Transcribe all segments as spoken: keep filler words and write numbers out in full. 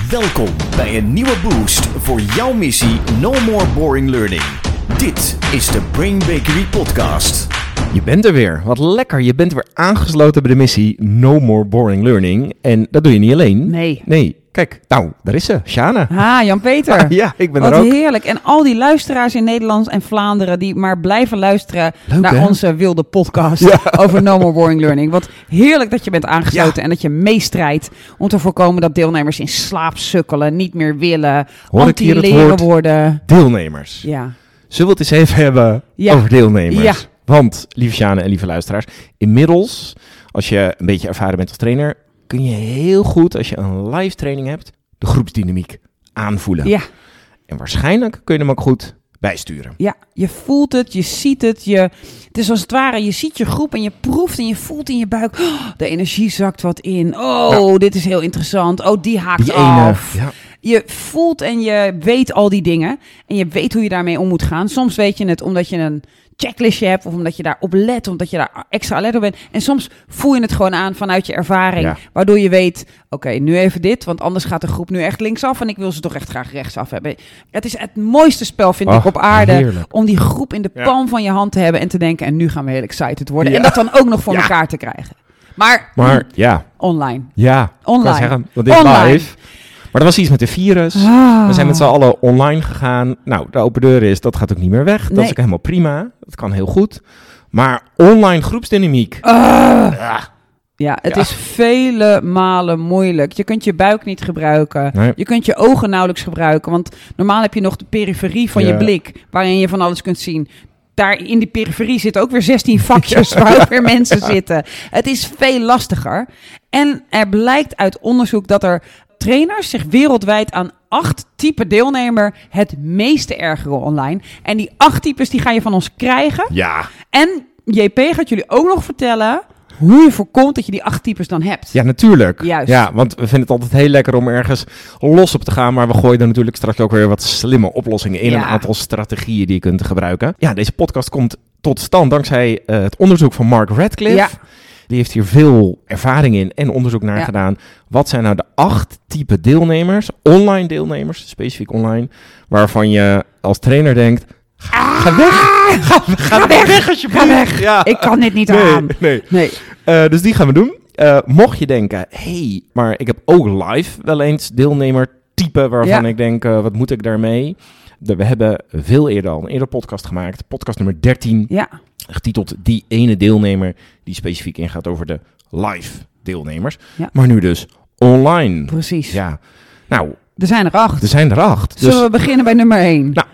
Welkom bij een nieuwe boost voor jouw missie No More Boring Learning. Dit is de Brain Bakery podcast. Je bent er weer. Wat lekker. Je bent weer aangesloten bij de missie No More Boring Learning. En dat doe je niet alleen. Nee. Nee. Kijk, nou, daar is ze. Sjane. Ha, Jan-Peter. Ah, ja, ik ben Wat er ook. heerlijk. En al die luisteraars in Nederland en Vlaanderen die maar blijven luisteren Leuk, naar hè? onze wilde podcast Ja. over No More Boring Learning. Wat heerlijk dat je bent aangesloten Ja. en dat je meestrijdt om te voorkomen dat deelnemers in slaap sukkelen, niet meer willen, Hoor ik hier het anti-leren woord worden. Deelnemers. Ja. Zullen we het eens even hebben Ja. over deelnemers? Ja. Want, lieve Sjane en lieve luisteraars, inmiddels, als je een beetje ervaren bent als trainer, kun je heel goed, als je een live training hebt, de groepsdynamiek aanvoelen. Ja. En waarschijnlijk kun je hem ook goed bijsturen. Ja, je voelt het, je ziet het. Je, het is als het ware, je ziet je groep en je proeft en je voelt in je buik. Oh, de energie zakt wat in. Oh, Ja. dit is heel interessant. Oh, die haakt Die ene. af. Ja. Je voelt en je weet al die dingen. En je weet hoe je daarmee om moet gaan. Soms weet je het omdat je een checklistje hebt. Of omdat je daarop let. Of omdat je daar extra alert op bent. En soms voel je het gewoon aan vanuit je ervaring. Ja. Waardoor je weet, oké, okay, nu even dit. Want anders gaat de groep nu echt linksaf. En ik wil ze toch echt graag rechtsaf hebben. Het is het mooiste spel, vind Oh, ik, op aarde. heerlijk. Om die groep in de Ja. palm van je hand te hebben. En te denken, en nu gaan we heel excited worden. Ja. En dat dan ook nog voor Ja. elkaar te krijgen. Maar, Maar hm, ja, online. ja. Online. Ik kan zeggen, want dit is Online. live. Maar er was iets met de virus. Ah. We zijn met z'n allen online gegaan. Nou, de open deur is, dat gaat ook niet meer weg. Dat Nee. is ook helemaal prima. Dat kan heel goed. Maar online groepsdynamiek. Ah. Ja. Ja, het Ja. is vele malen moeilijk. Je kunt je buik niet gebruiken. Nee. Je kunt je ogen nauwelijks gebruiken. Want normaal heb je nog de periferie van Ja. je blik, waarin je van alles kunt zien. Daar in die periferie zitten ook weer zestien vakjes waar ook weer mensen zitten. Het is veel lastiger. En er blijkt uit onderzoek dat er trainers zich wereldwijd aan acht typen deelnemer het meeste ergeren online. En die acht types die ga je van ons krijgen. Ja. En J P gaat jullie ook nog vertellen hoe je voorkomt dat je die acht types dan hebt. Ja, natuurlijk. Juist. Ja, want we vinden het altijd heel lekker om ergens los op te gaan. Maar we gooien er natuurlijk straks ook weer wat slimme oplossingen in. Ja. Een aantal strategieën die je kunt gebruiken. Ja, deze podcast komt tot stand dankzij uh, het onderzoek van Mark Radcliffe. Ja. Die heeft hier veel ervaring in en onderzoek naar Ja. gedaan. Wat zijn nou de acht type deelnemers, online deelnemers, specifiek online, waarvan je als trainer denkt, ga, ga weg, ga, ga, Ga weg, weg alsjeblieft. ga weg. Ja. Ik kan dit niet Nee, aan. nee. Nee. Uh, dus die gaan we doen. Uh, mocht je denken, hey, maar ik heb ook live wel eens deelnemertype waarvan Ja. ik denk, uh, wat moet ik daarmee? De, we hebben veel eerder al een eerder podcast gemaakt, podcast nummer dertien, Ja. getiteld Die ene deelnemer, die specifiek ingaat over de live deelnemers. Ja. Maar nu dus online. Precies. Ja, nou, Er zijn er acht. er zijn er acht. Dus Zullen we beginnen bij nummer één? Nou,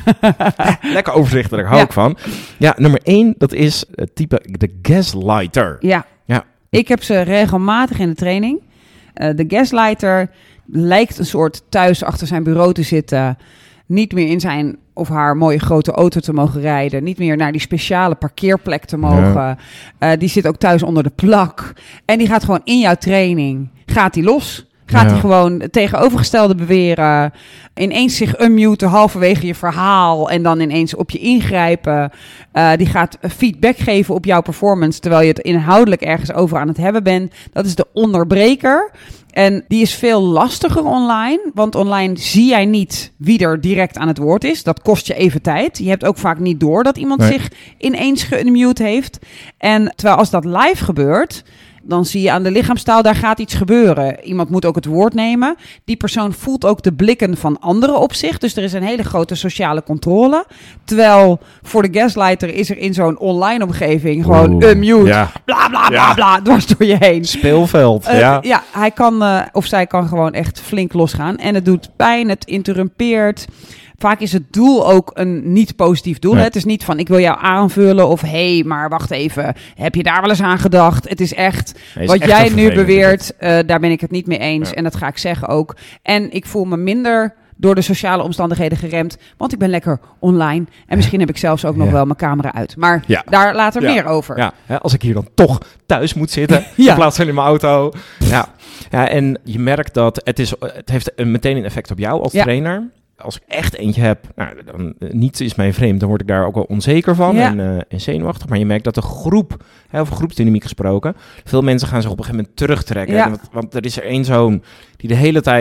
lekker overzichtelijk, hou Ja. ik van. Ja, nummer één, dat is het type de gaslighter. Ja. Ja. Ik heb ze regelmatig in de training. Uh, de gaslighter lijkt een soort thuis achter zijn bureau te zitten. Niet meer in zijn of haar mooie grote auto te mogen rijden. Niet meer naar die speciale parkeerplek te mogen. Ja. Uh, die zit ook thuis onder de plak. En die gaat gewoon in jouw training. Gaat die los? Gaat hij Ja. gewoon het tegenovergestelde beweren? Ineens zich unmuten halverwege je verhaal en dan ineens op je ingrijpen. Uh, die gaat feedback geven op jouw performance terwijl je het inhoudelijk ergens over aan het hebben bent. Dat is de onderbreker. En die is veel lastiger online, want online zie jij niet wie er direct aan het woord is. Dat kost je even tijd. Je hebt ook vaak niet door dat iemand Nee. zich ineens geunmute heeft. En terwijl als dat live gebeurt, dan zie je aan de lichaamstaal, daar gaat iets gebeuren. Iemand moet ook het woord nemen. Die persoon voelt ook de blikken van anderen op zich. Dus er is een hele grote sociale controle. Terwijl voor de gaslighter is er in zo'n online omgeving gewoon Oeh, unmute. ja. Bla, bla, bla, Ja. bla, dwars door je heen. Speelveld, Uh, ja. ja, hij kan, uh, of zij kan gewoon echt flink losgaan. En het doet pijn, het interrumpeert. Vaak is het doel ook een niet positief doel. Nee. Hè? Het is niet van, ik wil jou aanvullen of hé, hey, maar wacht even, heb je daar wel eens aan gedacht? Het is echt, Hij is wat echt jij een nu vervelende beweert, uh, daar ben ik het niet mee eens. Ja. En dat ga ik zeggen ook. En ik voel me minder door de sociale omstandigheden geremd, want ik ben lekker online. En misschien heb ik zelfs ook nog Ja. wel mijn camera uit. Maar Ja. daar later Ja. meer over. Ja, hè, als ik hier dan toch thuis moet zitten, Ja. in plaats van in mijn auto. Ja. Ja, en je merkt dat het, is, het heeft een, meteen een effect op jou als Ja. trainer. Als ik echt eentje heb, nou, dan, uh, niets is mij vreemd, dan word ik daar ook wel onzeker van Ja. en, uh, en zenuwachtig. Maar je merkt dat de groep, hè, over groepsdynamiek gesproken, veel mensen gaan zich op een gegeven moment terugtrekken. Ja. Want, want er is er één zo'n die de hele tijd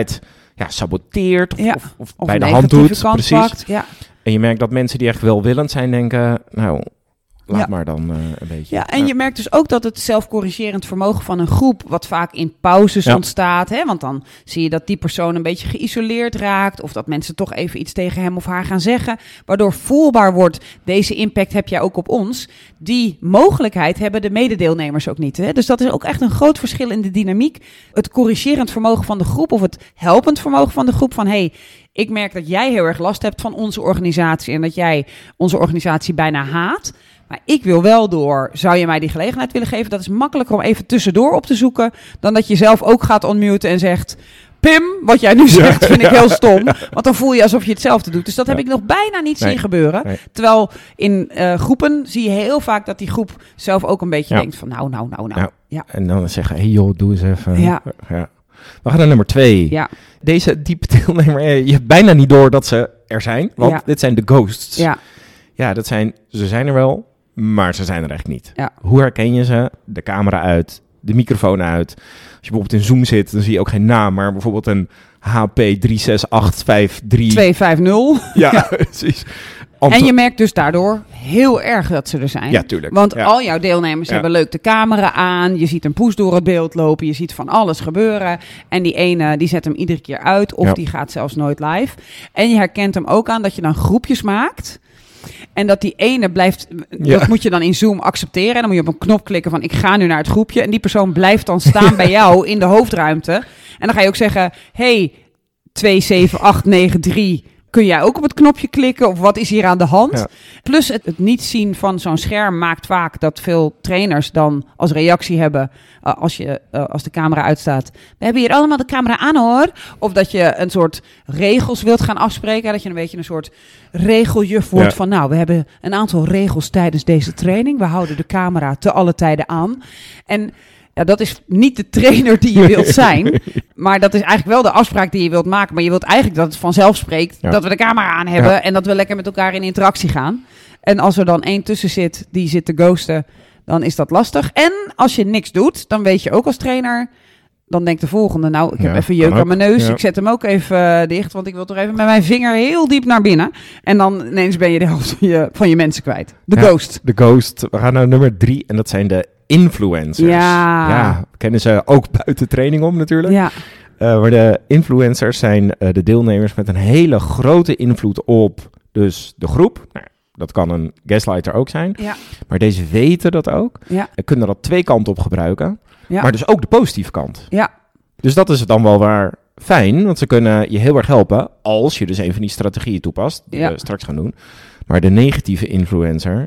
ja, saboteert of, Ja. of, of, Of bij de een hand negatieve doet. kant Precies. pakt. Ja. En je merkt dat mensen die echt welwillend zijn denken, nou, laat Ja. maar dan uh, een beetje. Ja, en je merkt dus ook dat het zelfcorrigerend vermogen van een groep, wat vaak in pauzes Ja. ontstaat, hè, want dan zie je dat die persoon een beetje geïsoleerd raakt, of dat mensen toch even iets tegen hem of haar gaan zeggen, waardoor voelbaar wordt, deze impact heb jij ook op ons. Die mogelijkheid hebben de mededeelnemers ook niet. Hè? Dus dat is ook echt een groot verschil in de dynamiek. Het corrigerend vermogen van de groep, of het helpend vermogen van de groep, van hey, ik merk dat jij heel erg last hebt van onze organisatie en dat jij onze organisatie bijna haat. Maar ik wil wel door. Zou je mij die gelegenheid willen geven? Dat is makkelijker om even tussendoor op te zoeken dan dat je zelf ook gaat unmuten en zegt, Pim, wat jij nu zegt vind ik heel stom. Want dan voel je alsof je hetzelfde doet. Dus dat heb Ja. ik nog bijna niet Nee. zien gebeuren. Nee. Terwijl in uh, groepen zie je heel vaak dat die groep zelf ook een beetje Ja. denkt van nou, nou, nou, nou. Ja. Ja. En dan zeggen, hey joh, doe eens even. Ja. ja. We gaan naar nummer twee. Ja. Deze diepe deelnemer, eh, je hebt bijna niet door dat ze er zijn. Want Ja. dit zijn de ghosts. Ja. Ja, dat zijn, ze zijn er wel, maar ze zijn er echt niet. Ja. Hoe herken je ze? De camera uit, de microfoon uit. Als je bijvoorbeeld in Zoom zit, dan zie je ook geen naam, maar bijvoorbeeld een H P drie zes acht vijf drie. twee vijf nul. Ja, precies. Anto- En je merkt dus daardoor heel erg dat ze er zijn. Ja, tuurlijk. Want Ja. al jouw deelnemers Ja. hebben leuk de camera aan. Je ziet een poes door het beeld lopen. Je ziet van alles gebeuren. En die ene, die zet hem iedere keer uit. Of Ja. die gaat zelfs nooit live. En je herkent hem ook aan dat je dan groepjes maakt. En dat die ene blijft, Ja. dat moet je dan in Zoom accepteren. En dan moet je op een knop klikken van ik ga nu naar het groepje. En die persoon blijft dan staan bij jou in de hoofdruimte. En dan ga je ook zeggen, hey, twee zeven acht negen drie... kun jij ook op het knopje klikken? Of wat is hier aan de hand? Ja. Plus het, het niet zien van zo'n scherm maakt vaak dat veel trainers dan als reactie hebben uh, als, je, uh, als de camera uitstaat. We hebben hier allemaal de camera aan hoor. Of dat je een soort regels wilt gaan afspreken. Dat je een beetje een soort regeljuf wordt Ja. van nou, we hebben een aantal regels tijdens deze training. We houden de camera te alle tijden aan. En ja, dat is niet de trainer die je wilt zijn. Maar dat is eigenlijk wel de afspraak die je wilt maken. Maar je wilt eigenlijk dat het vanzelf spreekt. Ja. Dat we de camera aan hebben. Ja. En dat we lekker met elkaar in interactie gaan. En als er dan één tussen zit die zit te ghosten, dan is dat lastig. En als je niks doet, dan weet je ook als trainer, dan denkt de volgende, nou, ik heb Ja, even jeuk kan aan mijn ook. neus. Ja. Ik zet hem ook even uh, dicht, want ik wil toch even met mijn vinger heel diep naar binnen. En dan ineens ben je de helft van je, van je mensen kwijt. De Ja, ghost. De ghost. We gaan naar nummer drie en dat zijn de influencers. Ja. Ja, kennen ze ook buiten training om natuurlijk. Ja, Uh, maar de influencers zijn uh, de deelnemers met een hele grote invloed op dus de groep. Nou, dat kan een gaslighter ook zijn. ja, Maar deze weten dat ook. ja, En kunnen dat twee kanten op gebruiken. ja. Maar dus ook de positieve kant. ja. Dus dat is dan wel waar fijn. Want ze kunnen je heel erg helpen als je dus een van die strategieën toepast. Die Ja. we straks gaan doen. Maar de negatieve influencer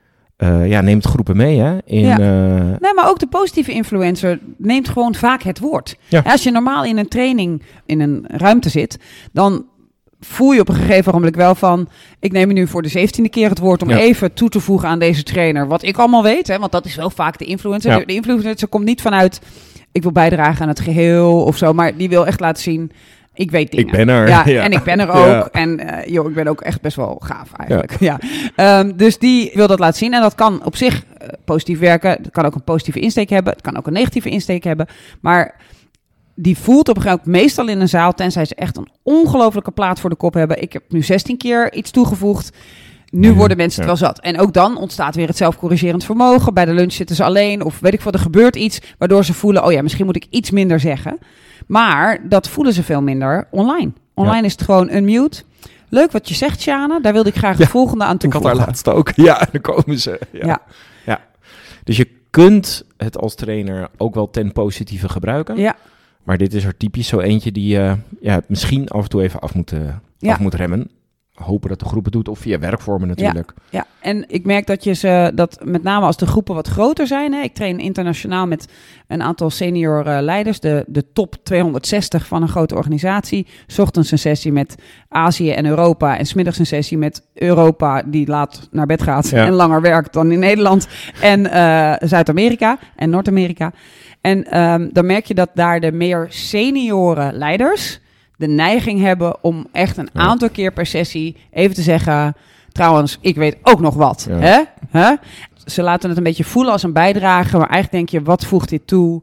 uh, ja, neemt groepen mee hè, in... Ja. Uh, Nee, maar ook de positieve influencer neemt gewoon vaak het woord. Ja. Als je normaal in een training in een ruimte zit, dan voel je op een gegeven moment wel van, ik neem nu voor de zeventiende keer het woord om Ja. even toe te voegen aan deze trainer. Wat ik allemaal weet, hè, want dat is wel vaak de influencer. Ja. De, de influencer komt niet vanuit, ik wil bijdragen aan het geheel of zo, maar die wil echt laten zien, ik weet dingen. Ik ben er. Ja, Ja. en ik ben er ook. Ja. En uh, joh, ik ben ook echt best wel gaaf eigenlijk. Ja. Ja. Um, dus die wil dat laten zien. En dat kan op zich uh, positief werken. Het kan ook een positieve insteek hebben. Het kan ook een negatieve insteek hebben. Maar die voelt op een gegeven moment meestal in een zaal, tenzij ze echt een ongelofelijke plaat voor de kop hebben. Ik heb nu zestien keer iets toegevoegd. Nu Ja, worden mensen het ja. wel zat. En ook dan ontstaat weer het zelfcorrigerend vermogen. Bij de lunch zitten ze alleen of weet ik wat, er gebeurt iets waardoor ze voelen, oh ja, misschien moet ik iets minder zeggen. Maar dat voelen ze veel minder online. Online Ja. is het gewoon unmute. Leuk wat je zegt, Sjane. Daar wilde ik graag Ja, het volgende aan ik had toevoegen. daar laatst ook. Ja, dan komen ze. Ja. Ja. Ja. Dus je kunt het als trainer ook wel ten positieve gebruiken. Ja, Maar dit is er typisch zo eentje die je uh, ja, misschien af en toe even af moet, uh, Ja. af moet remmen. Hopen dat de groep het doet. Of via werkvormen natuurlijk. ja, en ik merk dat je ze, dat met name als de groepen wat groter zijn. Hè, ik train internationaal met een aantal senior uh, leiders, de, de top tweehonderdzestig van een grote organisatie. 's Ochtends een sessie met Azië en Europa en 's middags een sessie met Europa, die laat naar bed gaat Ja. en langer werkt dan in Nederland. En uh, Zuid-Amerika en Noord-Amerika. En um, dan merk je dat daar de meer senioren leiders de neiging hebben om echt een Ja. aantal keer per sessie even te zeggen, trouwens, ik weet ook nog wat. Ja. Hè? Hè? Ze laten het een beetje voelen als een bijdrage, maar eigenlijk denk je, wat voegt dit toe?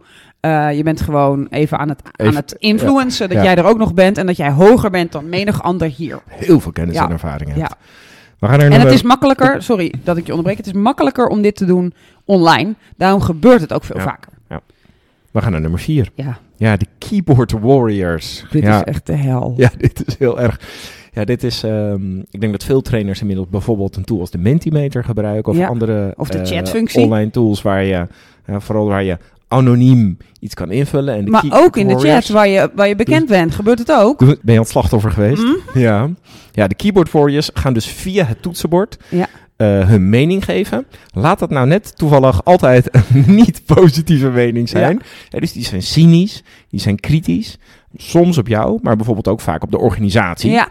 Uh, je bent gewoon even aan het, even, aan het influencen ja, dat ja. jij er ook nog bent en dat jij hoger bent dan menig ander hier. Heel veel kennis Ja. en ervaring hebt. Ja. We gaan er En nog het wel- is makkelijker, sorry dat ik je onderbreek, het is makkelijker om dit te doen online. Daarom gebeurt het ook veel Ja. vaker. We gaan naar nummer vier. Ja, Ja, de keyboard warriors. dit ja. is echt de hel. Ja, dit is heel erg. Ja, dit is... Um, ik denk dat veel trainers inmiddels bijvoorbeeld een tool als de Mentimeter gebruiken. Of Ja, andere of de uh, chatfunctie. online tools waar je... Uh, vooral waar je anoniem iets kan invullen. En de Maar keyboard ook in de warriors- chat waar je, waar je bekend bent, gebeurt het ook. Ben je aan het slachtoffer geweest? Mhm. Ja. Ja, de keyboard warriors gaan dus via het toetsenbord Ja. uh, hun mening geven. Laat dat nou net toevallig altijd een niet positieve mening zijn. Ja. Ja, dus die zijn cynisch, die zijn kritisch. Soms op jou, maar bijvoorbeeld ook vaak op de organisatie. Ja.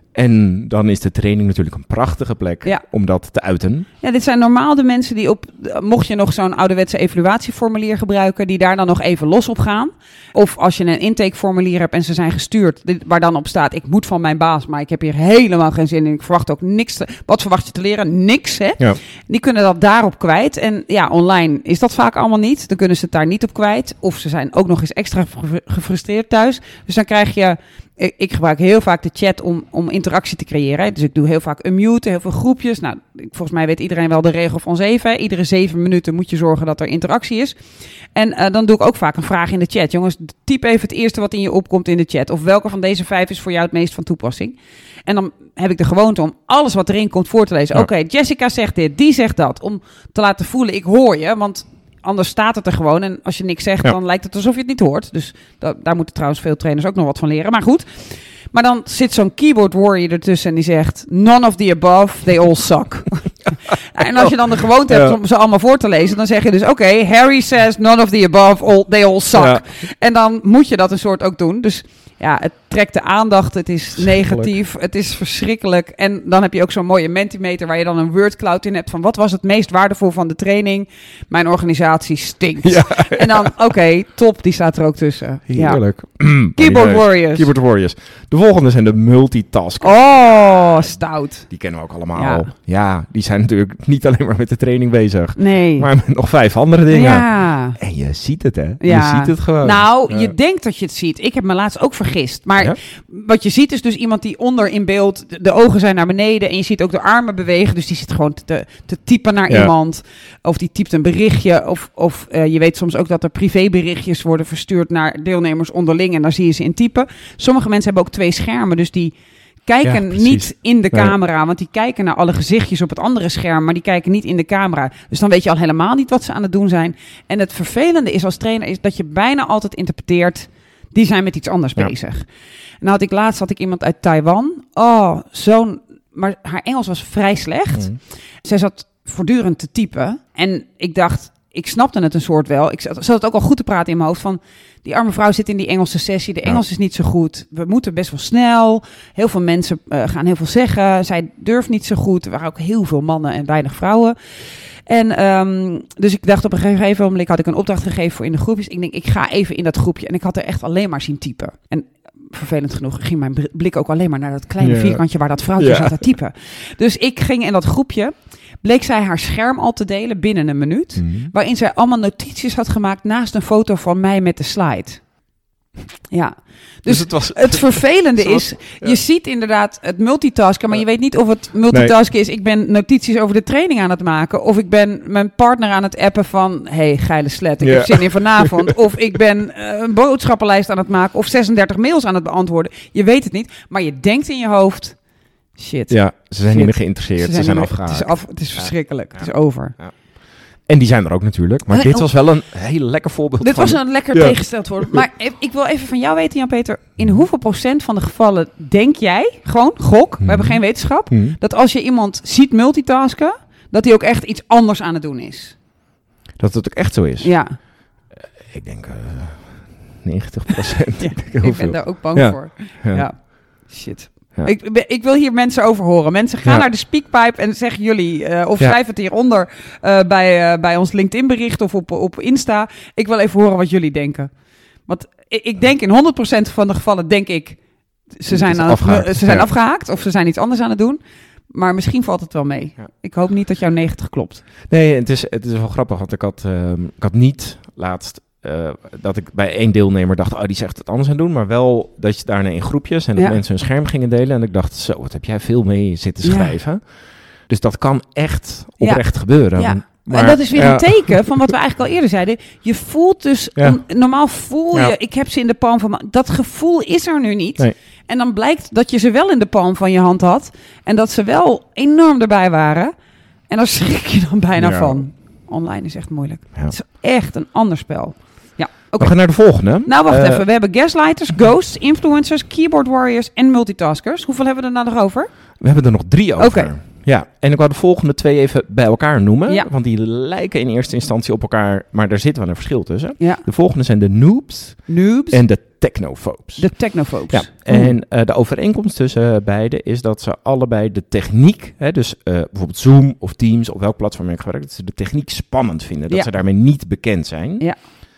En dan is de training natuurlijk een prachtige plek Ja. om dat te uiten. Ja, dit zijn normaal de mensen die op, mocht je nog zo'n ouderwetse evaluatieformulier gebruiken, die daar dan nog even los op gaan. Of als je een intakeformulier hebt en ze zijn gestuurd, dit- waar dan op staat, ik moet van mijn baas, maar ik heb hier helemaal geen zin in. Ik verwacht ook niks. Te, wat verwacht je te leren? Niks, hè? Ja. Die kunnen dat daarop kwijt. En ja, online is dat vaak allemaal niet. Dan kunnen ze het daar niet op kwijt. Of ze zijn ook nog eens extra ge- gefrustreerd thuis. Dus dan krijg je... Ik, ik gebruik heel vaak de chat om, om interactie te creëren. Hè. Dus ik doe heel vaak unmuten, heel veel groepjes. Nou, ik- volgens mij weet iedereen wel de regel van zeven. Hè. Iedere zeven minuten moet je zorgen dat er interactie is. En uh, dan doe ik ook vaak een vraag in de chat. Jongens, typ even het eerste wat in je opkomt in de chat. Of welke van deze vijf is voor jou het meest van toepassing? En dan heb ik de gewoonte om alles wat erin komt voor te lezen. Ja. Oké, Jessica zegt dit, die zegt dat. Om te laten voelen, ik hoor je, want... Anders staat het er gewoon. En als je niks zegt, Ja. dan lijkt het alsof je het niet hoort. Dus da- daar moeten trouwens veel trainers ook nog wat van leren. Maar goed. Maar dan zit zo'n keyboard warrior ertussen en die zegt... None of the above, they all suck. En als je dan de gewoonte hebt Ja. om ze allemaal voor te lezen... dan zeg je dus, oké, okay, Harry says none of the above, all, they all suck. Ja. En dan moet je dat een soort ook doen. Dus ja, het trekt de aandacht, het is negatief, het is verschrikkelijk. En dan heb je ook zo'n mooie Mentimeter waar je dan een wordcloud in hebt van wat was het meest waardevol van de training? Mijn organisatie stinkt. Ja, En dan, oké, okay, top, die staat er ook tussen. Ja. heerlijk. Keyboard warriors. Keyboard warriors. De volgende zijn de multitaskers. Oh, stout. Die kennen we ook allemaal. Ja. Ja. die zijn natuurlijk niet alleen maar met de training bezig. Nee. Maar met nog vijf andere dingen. Ja. En je ziet het, hè? Ja. Je ziet het gewoon. Nou, Ja. je denkt dat je het ziet. Ik heb me laatst ook vergist. Maar Ja? wat je ziet is dus iemand die onder in beeld... De, de ogen zijn naar beneden en je ziet ook de armen bewegen. Dus die zit gewoon te, te typen naar Ja. iemand. Of die typt een berichtje. Of, of uh, je weet soms ook dat er privéberichtjes worden verstuurd naar deelnemers onderling. En daar zie je ze in typen. Sommige mensen hebben ook twee schermen. Dus die kijken Ja, precies. niet in de Nee. camera. Want die kijken naar alle gezichtjes op het andere scherm. Maar die kijken niet in de camera. Dus dan weet je al helemaal niet wat ze aan het doen zijn. En het vervelende is als trainer is dat je bijna altijd interpreteert... Die zijn met iets anders Ja. bezig. En dan had ik laatst had ik iemand uit Taiwan. Oh, zo'n... Maar haar Engels was vrij slecht. Mhm. Zij zat voortdurend te typen. En ik dacht, ik snapte het een soort wel. Ik zat, zat het ook al goed te praten in mijn hoofd van... Die arme vrouw zit in die Engelse sessie. De Engels Ja. is niet zo goed. We moeten best wel snel. Heel veel mensen uh, gaan heel veel zeggen. Zij durft niet zo goed. Er waren ook heel veel mannen en weinig vrouwen. En um, dus ik dacht op een gegeven moment had ik een opdracht gegeven voor in de groepjes. Ik denk, ik ga even in dat groepje. En ik had er echt alleen maar zien typen. En vervelend genoeg ging mijn blik ook alleen maar naar dat kleine Ja. vierkantje waar dat vrouwtje Ja. zat te typen. Dus ik ging in dat groepje. Bleek zij haar scherm al te delen binnen een minuut. Mhm. Waarin zij allemaal notities had gemaakt naast een foto van mij met de slide. Ja, dus, Dus het was... het vervelende Zoals- is, je ja. ziet inderdaad het multitasken, maar je weet niet of het multitasken is. Ik ben notities over de training aan het maken, of ik ben mijn partner aan het appen van, hey, geile slet, ik Ja. heb zin in vanavond. Of ik ben uh, een boodschappenlijst aan het maken, of zesendertig mails aan het beantwoorden. Je weet het niet, maar je denkt in je hoofd, shit. Ja, ze zijn Shit. niet meer geïnteresseerd. Ze zijn, niet meer- afgehaakt. Het is, af, het is Ja. verschrikkelijk, Ja. het is over. En die zijn er ook natuurlijk. Maar En- dit was wel een heel lekker voorbeeld Dit van... was een lekker Ja. tegengesteld worden. Maar ik- ik wil even van jou weten, Jan-Peter. In hoeveel procent van de gevallen denk jij, gewoon gok, we Mhm. hebben geen wetenschap, Mhm. dat als je iemand ziet multitasken, dat hij ook echt iets anders aan het doen is? Dat het ook echt zo is. Ja, Ik denk uh, negentig procent. Ja, ik denk ik heel ben veel. daar ook bang Ja. voor. Ja. Ja, shit. Ja. Ik, ben- ik wil hier mensen over horen. Mensen, ga Ja. naar de Speakpipe en zeg jullie, uh, of Ja. schrijf het hieronder uh, bij, uh, bij ons LinkedIn bericht of op, op Insta. Ik wil even horen wat jullie denken. Want ik, ik denk in honderd procent van de gevallen, denk ik, ze zijn, is aan het, afgehaakt. ze zijn Ja. afgehaakt of ze zijn iets anders aan het doen. Maar misschien valt het wel mee. Ja. Ik hoop niet dat jouw negentig klopt. Nee, het is, het is wel grappig, want ik had, uh, ik had niet laatst uh, dat ik bij één deelnemer dacht, oh, die zegt het anders aan doen. Maar wel dat je daarna in groepjes en dat Ja. mensen hun scherm gingen delen. En ik dacht, zo, wat heb jij veel mee zitten Ja. schrijven. Dus dat kan echt oprecht Ja. gebeuren. Ja. Maar, en dat is weer ja. een teken van wat we eigenlijk al eerder zeiden. Je voelt dus, Ja. on- normaal voel je, Ja. ik heb ze in de palm van mijn... Dat gevoel is er nu niet. Nee. En dan blijkt dat je ze wel in de palm van je hand had. En dat ze wel enorm erbij waren. En daar schrik je dan bijna Ja. van. Online is echt moeilijk. Ja. Het is echt een ander spel. Ja, oké. We gaan naar de volgende. Nou, wacht Uh, even. We hebben gaslighters, ghosts, influencers, keyboard warriors en multitaskers. Hoeveel hebben we er nou nog over? We hebben er nog drie over. Oké. Ja, en ik wou de volgende twee even bij elkaar noemen. Ja. Want die lijken in eerste instantie op elkaar, maar daar zit wel een verschil tussen. Ja. De volgende zijn de noobs Noobs. en de technophobes. de technophobes. Ja, en uh, de overeenkomst tussen beide is dat ze allebei de techniek, hè, dus uh, bijvoorbeeld Zoom of Teams of welk platform je gebruikt, dat ze de techniek spannend vinden. Dat Ja. ze daarmee niet bekend zijn. Ja.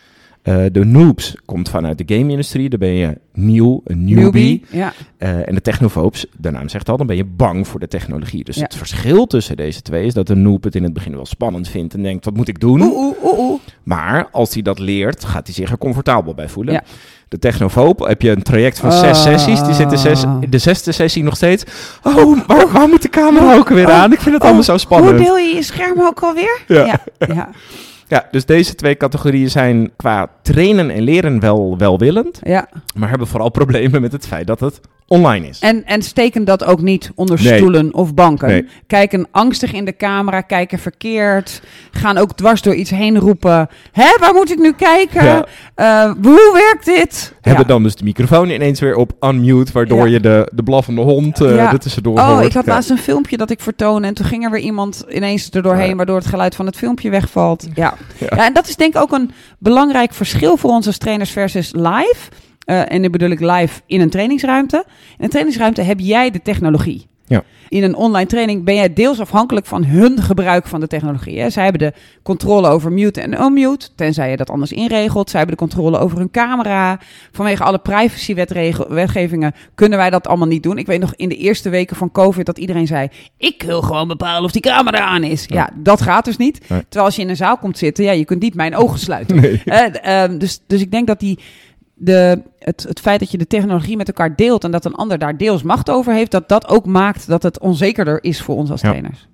Uh, de noobs komt vanuit de game-industrie, dan ben je nieuw, een newbie. Newbie. Ja. Uh, en de technophobes, de naam zegt al, dan ben je bang voor de technologie. Dus Ja. het verschil tussen deze twee is dat de noob het in het begin wel spannend vindt en denkt, wat moet ik doen? Oeh, oeh, oeh, oeh. Maar als hij dat leert, gaat hij zich er comfortabel bij voelen. Ja. De technofoob, heb je een traject van Ah. zes sessies. Die zit de, zes, de zesde sessie nog steeds. Oh, waar, waar moet de camera ook weer Oh. aan? Ik vind het Oh, allemaal zo spannend. Hoe deel je je scherm ook alweer? Ja. Ja. ja. Ja, dus deze twee categorieën zijn qua trainen en leren wel welwillend. ja. Maar hebben vooral problemen met het feit dat het online is. En, en steken dat ook niet onder Nee. stoelen of banken. Nee. Kijken angstig in de camera, kijken verkeerd. Gaan ook dwars door iets heen roepen. Hè, waar moet ik nu kijken? Ja. Uh, hoe werkt dit? Hebben Ja. dan dus de microfoon ineens weer op unmute, waardoor Ja. je de, de blaffende hond uh, Ja. er tussendoor Oh, hoort. ik had Ja. laatst een filmpje dat ik vertoonde en toen ging er weer iemand ineens er doorheen, Ja. waardoor het geluid van het filmpje wegvalt. Ja. Ja. Ja, en dat is denk ik ook een belangrijk verschil voor ons als trainers versus live. Uh, en dan bedoel ik live in een trainingsruimte. In een trainingsruimte heb jij de technologie. Ja. In een online training ben jij deels afhankelijk van hun gebruik van de technologie. Hè. Zij hebben de controle over mute en unmute, tenzij je dat anders inregelt. Zij hebben de controle over hun camera. Vanwege alle privacywetgevingen kunnen wij dat allemaal niet doen. Ik weet nog in de eerste weken van COVID dat iedereen zei, ik wil gewoon bepalen of die camera aan is. Ja, Ja. dat gaat dus niet. Nee. Terwijl als je in een zaal komt zitten, ja, je kunt niet mijn ogen sluiten. Nee. Eh, um, dus, dus ik denk dat die, de, het, het feit dat je de technologie met elkaar deelt en dat een ander daar deels macht over heeft, dat dat ook maakt dat het onzekerder is voor ons als Ja. trainers.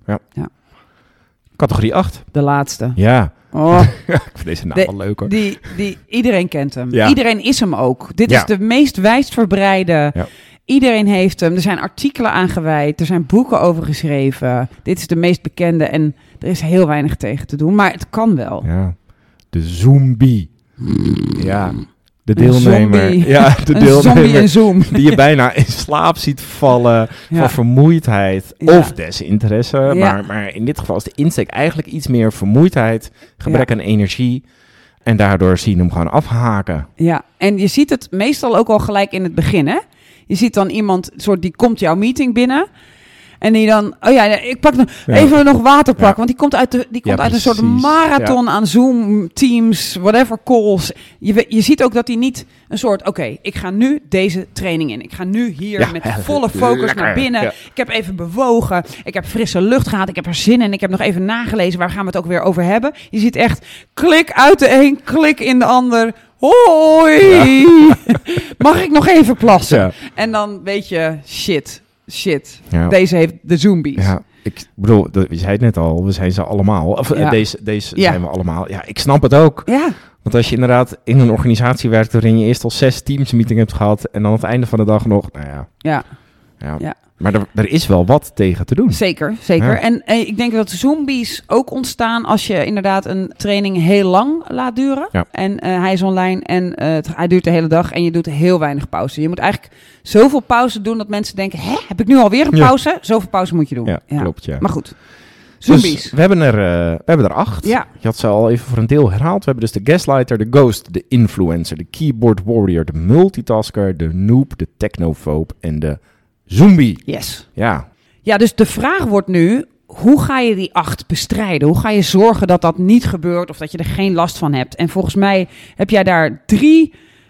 Categorie acht. De laatste. Ja. Oh, Ik vind deze naam De- wel leuk hoor. die, die, iedereen kent hem. Ja. Iedereen is hem ook. Dit Ja. is de meest wijdverbreide. Ja. Iedereen heeft hem. Er zijn artikelen aangewijd. Er zijn boeken over geschreven. Dit is de meest bekende en er is heel weinig tegen te doen. Maar het kan wel. Ja. De zombie. Ja. De Een deelnemer. zombie. Ja, de Een zombie deelnemer. in Zoom. Die je bijna in slaap ziet vallen Ja. van vermoeidheid Ja. of desinteresse. Ja. Maar, maar in dit geval is de insteek eigenlijk iets meer vermoeidheid, gebrek Ja. aan energie. En daardoor zie je hem gewoon afhaken. Ja, en je ziet het meestal ook al gelijk in het begin, hè? Je ziet dan iemand, soort die komt jouw meeting binnen. En die dan, oh ja, ik pak nog Ja. even nog water pakken. Ja. Want die komt uit, de, die komt Ja, uit een soort precies. marathon aan Zoom, Teams, whatever calls. Je, we- je ziet ook dat hij niet een soort, oké, ik ga nu deze training in. Ik ga nu hier Ja. met volle focus Lekker. naar binnen. Ja. Ik heb even bewogen. Ik heb frisse lucht gehad. Ik heb er zin in. Ik heb nog even nagelezen. Waar gaan we het ook weer over hebben? Je ziet echt klik uit de een, klik in de ander. Hoi! Mag ik nog even plassen? Ja. En dan weet je, shit, shit. Ja. Deze heeft de zombies. Ja, ik bedoel, de- je zei het net al, we zijn ze allemaal. Of eh, Ja. deze, deze Ja. zijn we allemaal. Ja, ik snap het ook. Ja, Want als je inderdaad in een organisatie werkt waarin je eerst al zes teams meeting hebt gehad en dan aan het einde van de dag nog, nou ja. ja. ja. Ja. Maar er, er is wel wat tegen te doen. Zeker, zeker. Ja. En, en ik denk dat zombies ook ontstaan als je inderdaad een training heel lang laat duren. Ja. En eh, hij is online en eh, het, hij duurt de hele dag en je doet heel weinig pauze. Je moet eigenlijk zoveel pauze doen dat mensen denken, hè, heb ik nu alweer een Ja. pauze? Zoveel pauze moet je doen. Ja, klopt, ja. Maar goed, zombies. Dus we hebben er, uh, we hebben er acht. Ja. Je had ze al even voor een deel herhaald. We hebben dus de gaslighter, de ghost, de influencer, de keyboard warrior, de multitasker, de noob, de technophobe en de zombie. Yes. Ja, Ja, dus de vraag wordt nu, hoe ga je die acht bestrijden? Hoe ga je zorgen dat dat niet gebeurt of dat je er geen last van hebt? En volgens mij heb jij daar drie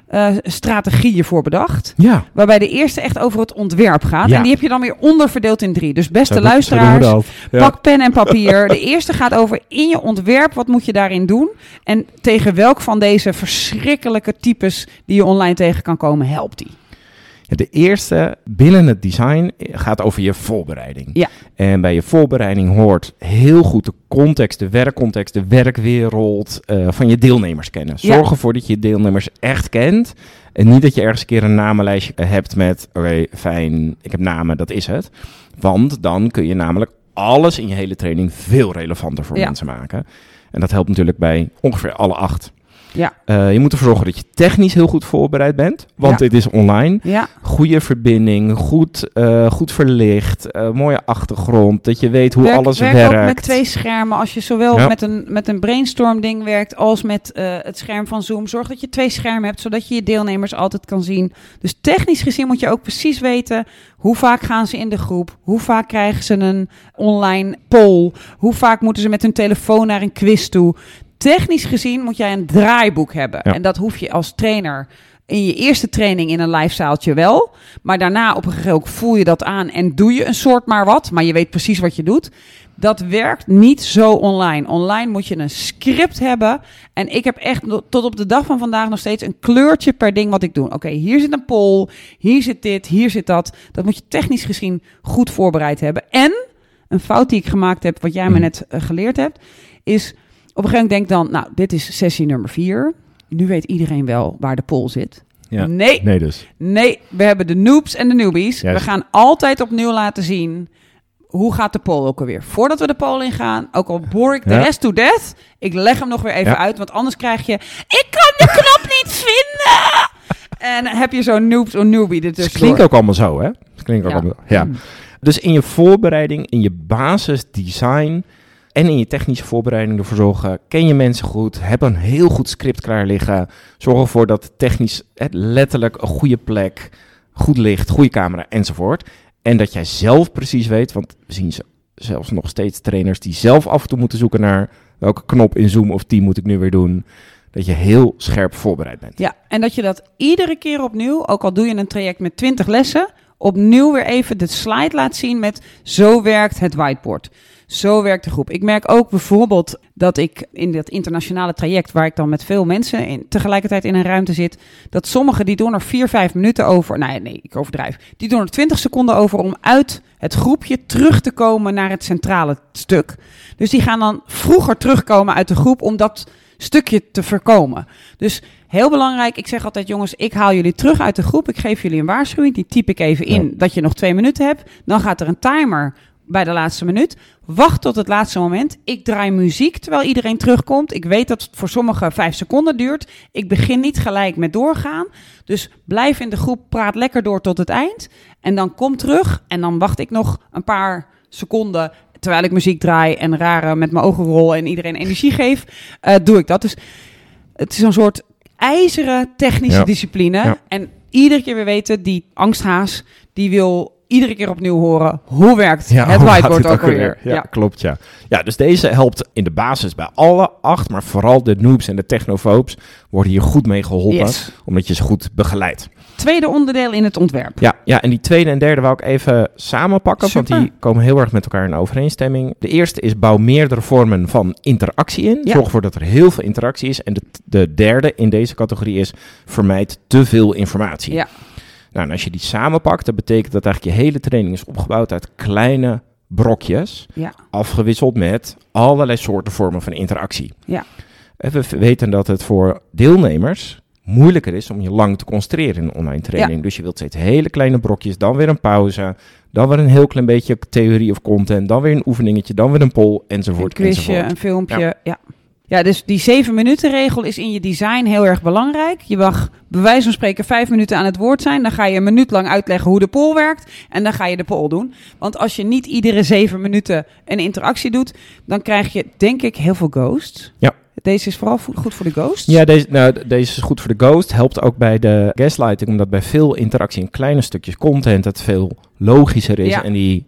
uh, strategieën voor bedacht. Ja. Waarbij de eerste echt over het ontwerp gaat. Ja. En die heb je dan weer onderverdeeld in drie. Dus beste Zo, luisteraars, zo ja. pak pen en papier. De eerste gaat over in je ontwerp, wat moet je daarin doen? En tegen welk van deze verschrikkelijke types die je online tegen kan komen, helpt die? De eerste binnen het design gaat over je voorbereiding. Ja. En bij je voorbereiding hoort heel goed de context, de werkcontext, de werkwereld uh, van je deelnemers kennen. Zorg Ja. ervoor dat je je deelnemers echt kent. En niet dat je ergens een keer een namenlijstje hebt met, oké, okay, fijn, ik heb namen, dat is het. Want dan kun je namelijk alles in je hele training veel relevanter voor Ja. mensen maken. En dat helpt natuurlijk bij ongeveer alle acht. Ja. Uh, je moet ervoor zorgen dat je technisch heel goed voorbereid bent, want Ja. dit is online. Ja. Goede verbinding, goed, uh, goed verlicht, uh, mooie achtergrond, dat je weet hoe werk, alles werk werkt. ook met twee schermen. Als je zowel Ja. met, een, met een brainstorm ding werkt als met uh, het scherm van Zoom. Zorg dat je twee schermen hebt, zodat je je deelnemers altijd kan zien. Dus technisch gezien moet je ook precies weten hoe vaak gaan ze in de groep. Hoe vaak krijgen ze een online poll. Hoe vaak moeten ze met hun telefoon naar een quiz toe. Technisch gezien moet jij een draaiboek hebben. Ja. En dat hoef je als trainer in je eerste training in een live zaaltje wel. Maar daarna op een gegeven moment voel je dat aan en doe je een soort maar wat. Maar je weet precies wat je doet. Dat werkt niet zo online. Online moet je een script hebben. En ik heb echt tot op de dag van vandaag nog steeds een kleurtje per ding wat ik doe. Oké, okay, hier zit een poll, hier zit dit, hier zit dat. Dat moet je technisch gezien goed voorbereid hebben. En een fout die ik gemaakt heb, wat jij me net uh, geleerd hebt, is op een gegeven moment denk dan, nou, dit is sessie nummer vier. Nu weet iedereen wel waar de poll zit. Ja. Nee, Nee dus. nee, we hebben de noobs en de newbies. Juist. We gaan altijd opnieuw laten zien, hoe gaat de poll ook alweer? Voordat we de poll ingaan, ook al boor ik de Ja. rest to death, ik leg hem nog weer even Ja. uit, want anders krijg je, ik kan de knop niet vinden! En dan heb je zo'n noobs of newbie Het ertussen. klinkt ook allemaal zo, hè? Het klinkt ook Ja. allemaal, ja. Mm. Dus in je voorbereiding, in je basisdesign en in je technische voorbereiding ervoor zorgen, ken je mensen goed, heb een heel goed script klaar liggen, zorg ervoor dat technisch het letterlijk een goede plek, goed licht, goede camera enzovoort. En dat jij zelf precies weet, want we zien ze zelfs nog steeds trainers die zelf af en toe moeten zoeken naar welke knop in Zoom of Team moet ik nu weer doen, dat je heel scherp voorbereid bent. Ja, en dat je dat iedere keer opnieuw, ook al doe je een traject met twintig lessen, opnieuw weer even de slide laat zien met zo werkt het whiteboard. Zo werkt de groep. Ik merk ook bijvoorbeeld dat ik in dat internationale traject, waar ik dan met veel mensen in, tegelijkertijd in een ruimte zit, dat sommigen die doen er vier, vijf minuten over. Nee, nee, ik overdrijf. Die doen er twintig seconden over om uit het groepje terug te komen naar het centrale stuk. Dus die gaan dan vroeger terugkomen uit de groep om dat stukje te voorkomen. Dus heel belangrijk, ik zeg altijd, jongens, ik haal jullie terug uit de groep. Ik geef jullie een waarschuwing, die typ ik even in, Ja. dat je nog twee minuten hebt. Dan gaat er een timer bij de laatste minuut. Wacht tot het laatste moment. Ik draai muziek terwijl iedereen terugkomt. Ik weet dat het voor sommigen vijf seconden duurt. Ik begin niet gelijk met doorgaan. Dus blijf in de groep, praat lekker door tot het eind. En dan kom terug en dan wacht ik nog een paar seconden terwijl ik muziek draai en rare met mijn ogen rol en iedereen energie geef. Uh, doe ik dat. Dus het is een soort ijzeren technische Ja. discipline. Ja. En iedere keer weer weten, die angsthaas, die wil iedere keer opnieuw horen, hoe werkt het hoe gaat whiteboard dit ook alweer? Ja, klopt, ja. Ja, dus deze helpt in de basis bij alle acht, maar vooral de noobs en de technofoobs worden hier goed mee geholpen, Yes. omdat je ze goed begeleidt. Tweede onderdeel in het ontwerp. Ja, ja, en die tweede en derde wou ik even samenpakken, Super. want die komen heel erg met elkaar in overeenstemming. De eerste is bouw meerdere vormen van interactie in. Ja. Zorg ervoor dat er heel veel interactie is. En de, de derde in deze categorie is vermijd te veel informatie. Ja. Nou, en als je die samenpakt, dan betekent dat eigenlijk je hele training is opgebouwd uit kleine brokjes, Ja. afgewisseld met allerlei soorten vormen van interactie. Ja. En we weten dat het voor deelnemers moeilijker is om je lang te concentreren in een online training. Ja. Dus je wilt steeds hele kleine brokjes, dan weer een pauze, dan weer een heel klein beetje theorie of content, dan weer een oefeningetje, dan weer een poll, enzovoort, Een quizje, enzovoort. een filmpje. Ja. Ja. Ja, dus die zeven minuten regel is in je design heel erg belangrijk. Je mag bij wijze van spreken vijf minuten aan het woord zijn. Dan ga je een minuut lang uitleggen hoe de poll werkt. En dan ga je de poll doen. Want als je niet iedere zeven minuten een interactie doet, dan krijg je denk ik heel veel ghosts. Ja. Deze is vooral vo- goed voor de ghosts. Ja, deze, nou, d- deze is goed voor de ghost. Helpt ook bij de gaslighting, omdat bij veel interactie in kleine stukjes content het veel logischer is. Ja. En die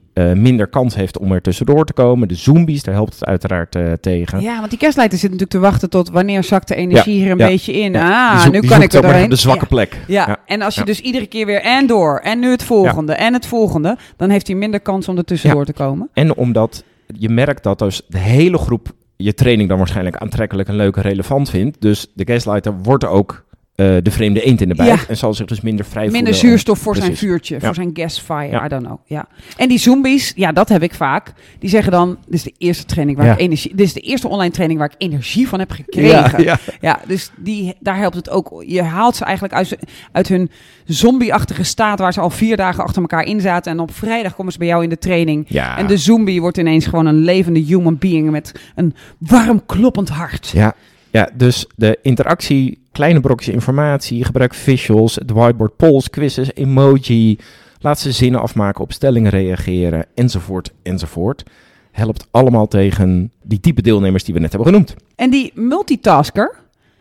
uh, minder kans heeft om er tussendoor te komen. De zombies, daar helpt het uiteraard uh, tegen. Ja, want die gaslighter zit natuurlijk te wachten tot wanneer zakt de energie ja, hier een ja, beetje in. Ja. Ah, zoek, nu kan ik er doorheen. De zwakke ja. plek. Ja. Ja, en als je ja. dus iedere keer weer en door en nu het volgende ja. en het volgende, dan heeft hij minder kans om er tussendoor ja. te komen. En omdat je merkt dat dus de hele groep je training dan waarschijnlijk aantrekkelijk en leuk en relevant vindt. Dus de gaslighter wordt ook uh, de vreemde eend in de bijt ja. en zal zich dus minder vrij minder voelen. Minder zuurstof voor Precies. zijn vuurtje, ja. voor zijn gasfire, ja. I don't know. Ja. En die zombies, ja, dat heb ik vaak. Die zeggen dan, dit is de eerste training waar ja. ik energie, dit is de eerste online training waar ik energie van heb gekregen. Ja, ja. ja dus die, daar helpt het ook. Je haalt ze eigenlijk uit, uit hun zombie-achtige staat waar ze al vier dagen achter elkaar in zaten. En op vrijdag komen ze bij jou in de training. Ja. En de zombie wordt ineens gewoon een levende human being met een warm kloppend hart. Ja. Ja, dus de interactie, kleine brokjes informatie, gebruik visuals, het whiteboard polls, quizzes, emoji, laat ze zinnen afmaken, op stellingen reageren, enzovoort, enzovoort. Helpt allemaal tegen die type deelnemers die we net hebben genoemd. En die multitasker,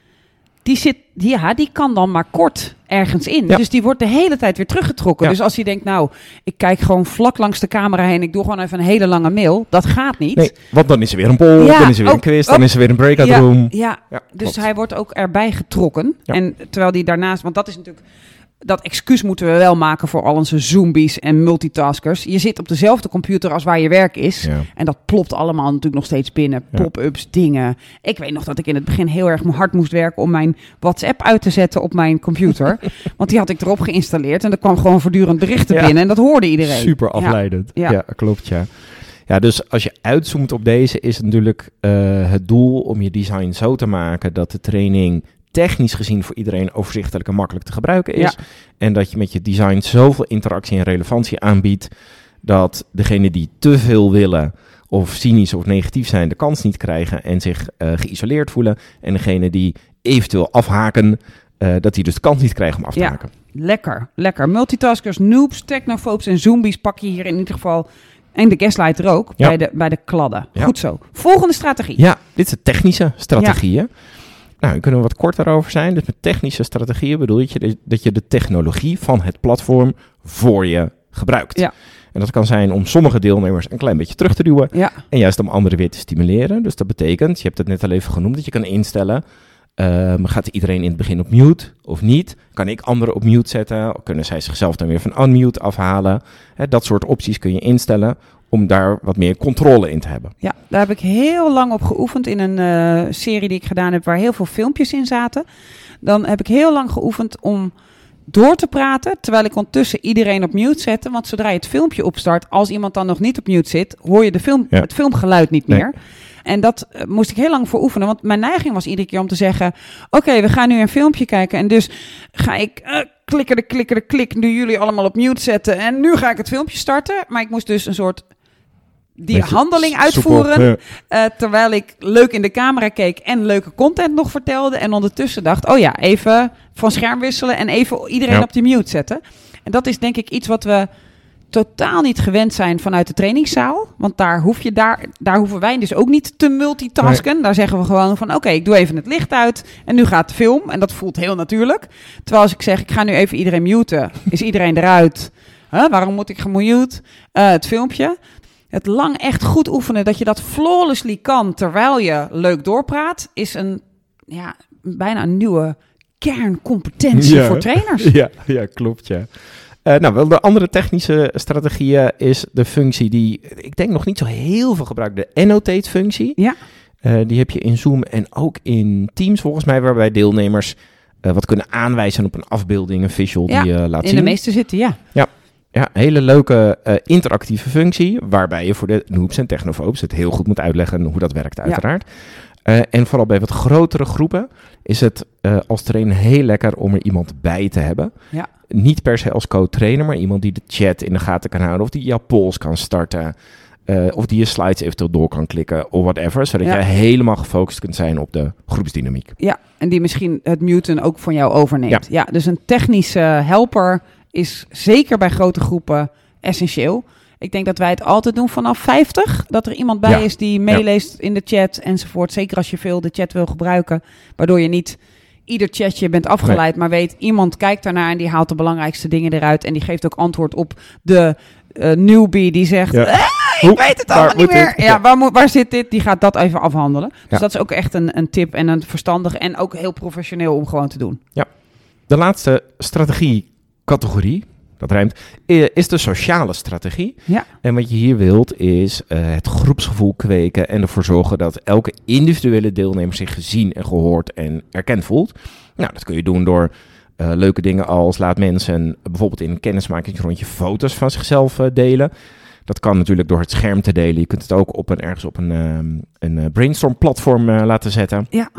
die zit, ja, die kan dan maar kort ergens in. Ja. Dus die wordt de hele tijd weer teruggetrokken. Ja. Dus als je denkt, nou, ik kijk gewoon vlak langs de camera heen, ik doe gewoon even een hele lange mail, dat gaat niet. Nee, want dan is er weer een poll, ja, dan is er weer ook, een quiz, ook, dan is er weer een breakout ja, room. Ja, ja dus klopt. hij wordt ook erbij getrokken. Ja. En terwijl die daarnaast, want dat is natuurlijk, dat excuus moeten we wel maken voor al onze zombies en multitaskers. Je zit op dezelfde computer als waar je werk is. Ja. En dat plopt allemaal natuurlijk nog steeds binnen. Ja. Pop-ups, dingen. Ik weet nog dat ik in het begin heel erg hard moest werken om mijn WhatsApp uit te zetten op mijn computer. Want die had ik erop geïnstalleerd en er kwam gewoon voortdurend berichten ja. binnen. En dat hoorde iedereen. Super afleidend. Ja, Ja. ja klopt, ja. Ja, dus als je uitzoomt op deze, is het natuurlijk uh, het doel om je design zo te maken dat de training technisch gezien voor iedereen overzichtelijk en makkelijk te gebruiken is. Ja. En dat je met je design zoveel interactie en relevantie aanbiedt, dat degenen die te veel willen of cynisch of negatief zijn, de kans niet krijgen en zich uh, geïsoleerd voelen. En degenen die eventueel afhaken, uh, dat die dus de kans niet krijgen om af te Ja. haken. Lekker, lekker. Multitaskers, noobs, technophobes en zombies pak je hier in ieder geval. En de gaslighter ook, Ja. bij, de, bij de kladden. Ja. Goed zo. Volgende strategie. Ja, dit is de technische strategieën. Nou, daar kunnen we wat korter over zijn. Dus met technische strategieën bedoel je dat je de technologie van het platform voor je gebruikt. Ja. En dat kan zijn om sommige deelnemers een klein beetje terug te duwen. Ja. En juist om anderen weer te stimuleren. Dus dat betekent, je hebt het net al even genoemd, dat je kan instellen. Um, gaat iedereen in het begin op mute of niet? Kan ik anderen op mute zetten? Kunnen zij zichzelf dan weer van unmute afhalen? He, dat soort opties kun je instellen om daar wat meer controle in te hebben. Ja, daar heb ik heel lang op geoefend in een uh, serie die ik gedaan heb waar heel veel filmpjes in zaten. Dan heb ik heel lang geoefend om door te praten, terwijl ik ondertussen iedereen op mute zette. Want zodra je het filmpje opstart, als iemand dan nog niet op mute zit, hoor je de film, Ja. het filmgeluid niet Nee. meer. En dat uh, moest ik heel lang voor oefenen, want mijn neiging was iedere keer om te zeggen, oké, okay, we gaan nu een filmpje kijken en dus ga ik uh, klikken de klikken de klik, nu jullie allemaal op mute zetten en nu ga ik het filmpje starten. Maar ik moest dus een soort die Beetje handeling soepel, uitvoeren, uh, terwijl ik leuk in de camera keek en leuke content nog vertelde. En ondertussen dacht, oh ja, even van scherm wisselen en even iedereen Ja. op die mute zetten. En dat is denk ik iets wat we totaal niet gewend zijn vanuit de trainingszaal. Want daar, hoef je daar, daar hoeven wij dus ook niet te multitasken. Nee. Daar zeggen we gewoon van, oké, okay, ik doe even het licht uit en nu gaat de film. En dat voelt heel natuurlijk. Terwijl als ik zeg, ik ga nu even iedereen muten, is iedereen eruit. Huh, waarom moet ik gemute? Uh, het filmpje. Het lang echt goed oefenen, dat je dat flawlessly kan terwijl je leuk doorpraat, is een ja, bijna een nieuwe kerncompetentie Ja. voor trainers. Ja, ja klopt, ja. Uh, nou, wel de andere technische strategieën is de functie die, ik denk nog niet zo heel veel gebruikt, de annotate-functie. Ja. Uh, die heb je in Zoom en ook in Teams volgens mij, waarbij deelnemers uh, wat kunnen aanwijzen op een afbeelding, een visual Ja, die je uh, laat in zien. de meeste zitten, ja. Ja. Ja, hele leuke uh, interactieve functie, waarbij je voor de noobs en technophobes het heel goed moet uitleggen hoe dat werkt uiteraard. Ja. Uh, en vooral bij wat grotere groepen is het uh, als trainer heel lekker om er iemand bij te hebben. Ja. Niet per se als co-trainer, maar iemand die de chat in de gaten kan houden of die jouw polls kan starten. Uh, of die je slides eventueel door kan klikken of whatever, zodat Ja. je helemaal gefocust kunt zijn op de groepsdynamiek. Ja, en die misschien het muten ook van jou overneemt. Ja, Ja. ja dus een technische helper is zeker bij grote groepen essentieel. Ik denk dat wij het altijd doen vanaf vijftig. Dat er iemand bij Ja. is die meeleest in de chat enzovoort. Zeker als je veel de chat wil gebruiken. Waardoor je niet ieder chatje bent afgeleid. Nee. Maar weet, iemand kijkt daarnaar en die haalt de belangrijkste dingen eruit. En die geeft ook antwoord op de uh, newbie die zegt... Ja. Ah, ik Hoe, weet het allemaal niet meer. Ja, ja, waar, moet, waar zit dit? Die gaat dat even afhandelen. Dus ja. dat is ook echt een, een tip en een verstandig en ook heel professioneel om gewoon te doen. Ja. De laatste strategiecategorie, dat rijmt, is de sociale strategie. Ja. En wat je hier wilt is uh, het groepsgevoel kweken en ervoor zorgen dat elke individuele deelnemer zich gezien en gehoord en erkend voelt. Nou, dat kun je doen door uh, leuke dingen als laat mensen bijvoorbeeld in een kennismakingsrondje foto's van zichzelf uh, delen. Dat kan natuurlijk door het scherm te delen. Je kunt het ook op een, ergens op een, um, een brainstorm-platform uh, laten zetten. Ja.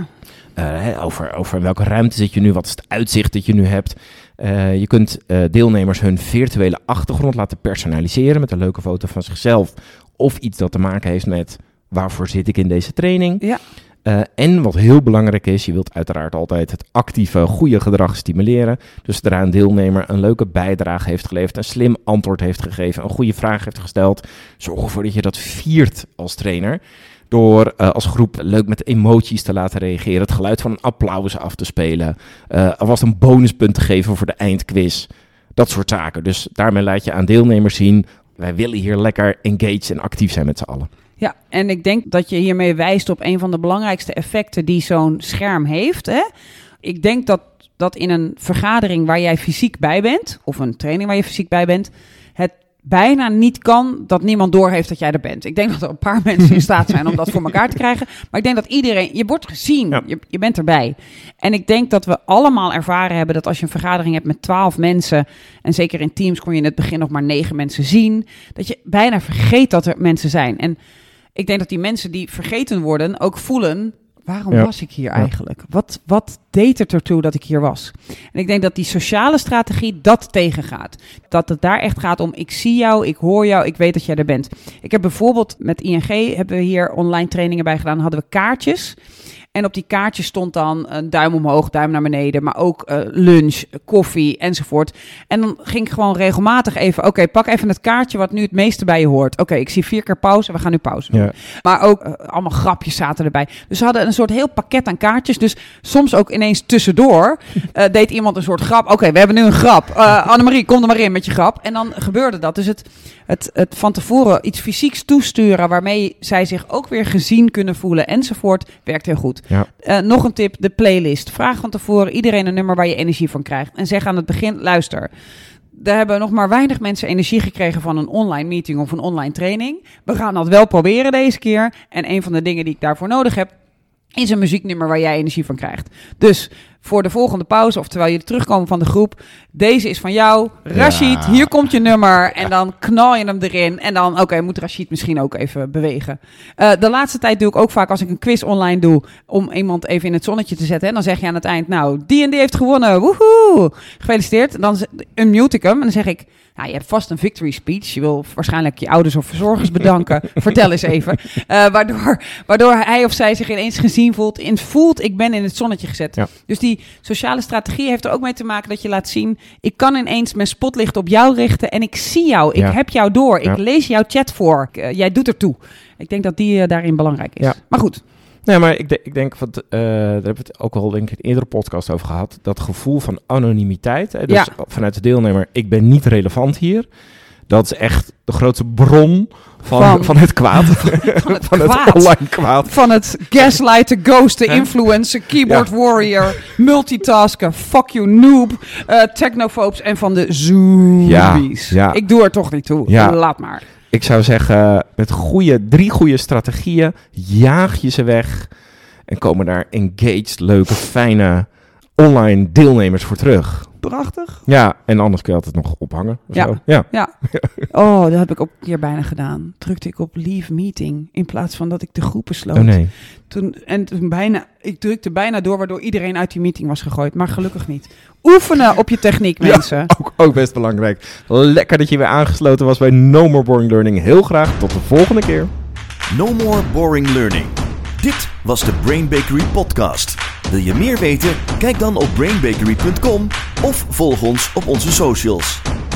Uh, over, over welke ruimte zit je nu? Wat is het uitzicht dat je nu hebt? Uh, je kunt uh, deelnemers hun virtuele achtergrond laten personaliseren met een leuke foto van zichzelf. Of iets dat te maken heeft met waarvoor zit ik in deze training. Ja. Uh, en wat heel belangrijk is, je wilt uiteraard altijd het actieve, goede gedrag stimuleren. Dus zodra een deelnemer een leuke bijdrage heeft geleverd, een slim antwoord heeft gegeven, een goede vraag heeft gesteld, zorg ervoor dat je dat viert als trainer. Door uh, als groep leuk met emoties te laten reageren, het geluid van een applaus af te spelen, uh, alvast een bonuspunt te geven voor de eindquiz. Dat soort zaken. Dus daarmee laat je aan deelnemers zien, wij willen hier lekker engaged en actief zijn met z'n allen. Ja, en ik denk dat je hiermee wijst op een van de belangrijkste effecten die zo'n scherm heeft. Hè? Ik denk dat, dat in een vergadering waar jij fysiek bij bent, of een training waar je fysiek bij bent, het bijna niet kan dat niemand doorheeft dat jij er bent. Ik denk dat er een paar mensen in staat zijn om dat voor elkaar te krijgen. Maar ik denk dat iedereen, je wordt gezien, Ja. je, je bent erbij. En ik denk dat we allemaal ervaren hebben dat als je een vergadering hebt met twaalf mensen, en zeker in Teams kon je in het begin nog maar negen mensen zien, dat je bijna vergeet dat er mensen zijn. En ik denk dat die mensen die vergeten worden ook voelen, waarom Ja. was ik hier Ja. eigenlijk? Wat, wat deed het ertoe dat ik hier was? En ik denk dat die sociale strategie dat tegengaat. Dat het daar echt gaat om, ik zie jou, ik hoor jou, ik weet dat jij er bent. Ik heb bijvoorbeeld met I N G, hebben we hier online trainingen bij gedaan, hadden we kaartjes. En op die kaartjes stond dan een duim omhoog, duim naar beneden, maar ook uh, lunch, koffie enzovoort. En dan ging ik gewoon regelmatig even, oké, okay, pak even het kaartje wat nu het meeste bij je hoort. Oké, okay, ik zie vier keer pauze, we gaan nu pauze doen. Ja. Maar ook uh, allemaal grapjes zaten erbij. Dus ze hadden een soort heel pakket aan kaartjes. Dus soms ook ineens tussendoor uh, deed iemand een soort grap. Oké, okay, we hebben nu een grap. Uh, Annemarie, kom er maar in met je grap. En dan gebeurde dat. Dus het, het, het van tevoren iets fysieks toesturen waarmee zij zich ook weer gezien kunnen voelen enzovoort, werkt heel goed. Ja. Uh, nog een tip, de playlist. Vraag van tevoren iedereen een nummer waar je energie van krijgt. En zeg aan het begin, luister, er hebben nog maar weinig mensen energie gekregen van een online meeting of een online training. We gaan dat wel proberen deze keer. En een van de dingen die ik daarvoor nodig heb, is een muzieknummer waar jij energie van krijgt. Dus voor de volgende pauze, of terwijl jullie terugkomen van de groep, deze is van jou, Rashid, Ja. hier komt je nummer. En dan knal je hem erin. En dan, oké, okay, moet Rashid misschien ook even bewegen. Uh, de laatste tijd doe ik ook vaak als ik een quiz online doe, om iemand even in het zonnetje te zetten. En dan zeg je aan het eind, nou, die en die heeft gewonnen. Woehoe! Gefeliciteerd. Dan unmute ik hem en dan zeg ik, nou, je hebt vast een victory speech. Je wil waarschijnlijk je ouders of verzorgers bedanken. Vertel eens even. Uh, waardoor, waardoor hij of zij zich ineens gezien voelt. En voelt, ik ben in het zonnetje gezet. Ja. Dus die sociale strategie heeft er ook mee te maken dat je laat zien, ik kan ineens mijn spotlicht op jou richten en ik zie jou. Ik ja. heb jou door. Ik ja. lees jouw chat voor. Uh, jij doet ertoe. Ik denk dat die uh, daarin belangrijk is. Ja. Maar goed. Nee, maar ik, de, ik denk, wat, uh, daar hebben we het ook al denk ik in een eerdere podcast over gehad, dat gevoel van anonimiteit. Hè? Dus ja. vanuit de deelnemer, ik ben niet relevant hier. Dat is echt de grootste bron van, van, van het kwaad. Van het, van kwaad. het online kwaad. Van het gaslighten, ghosten, influencer, keyboard ja. warrior, multitasken, fuck you noob, uh, technophobes en van de zoomies. Ja, ja. Ik doe er toch niet toe. Ja. Laat maar. Ik zou zeggen, met goede, drie goede strategieën jaag je ze weg en komen daar engaged, leuke, fijne online deelnemers voor terug. Prachtig. Ja, en anders kun je altijd nog ophangen. Ja. Zo. Ja. ja. Oh, dat heb ik ook een keer bijna gedaan. Drukte ik op leave meeting in plaats van dat ik de groepen sloot. Oh nee. Toen, en toen bijna, ik drukte bijna door waardoor iedereen uit die meeting was gegooid. Maar gelukkig niet. Oefenen op je techniek, mensen. Ja, ook, ook best belangrijk. Lekker dat je weer aangesloten was bij No More Boring Learning. Heel graag tot de volgende keer. No More Boring Learning. Dit was de Brain Bakery podcast. Wil je meer weten? Kijk dan op brain bakery punt com of volg ons op onze socials.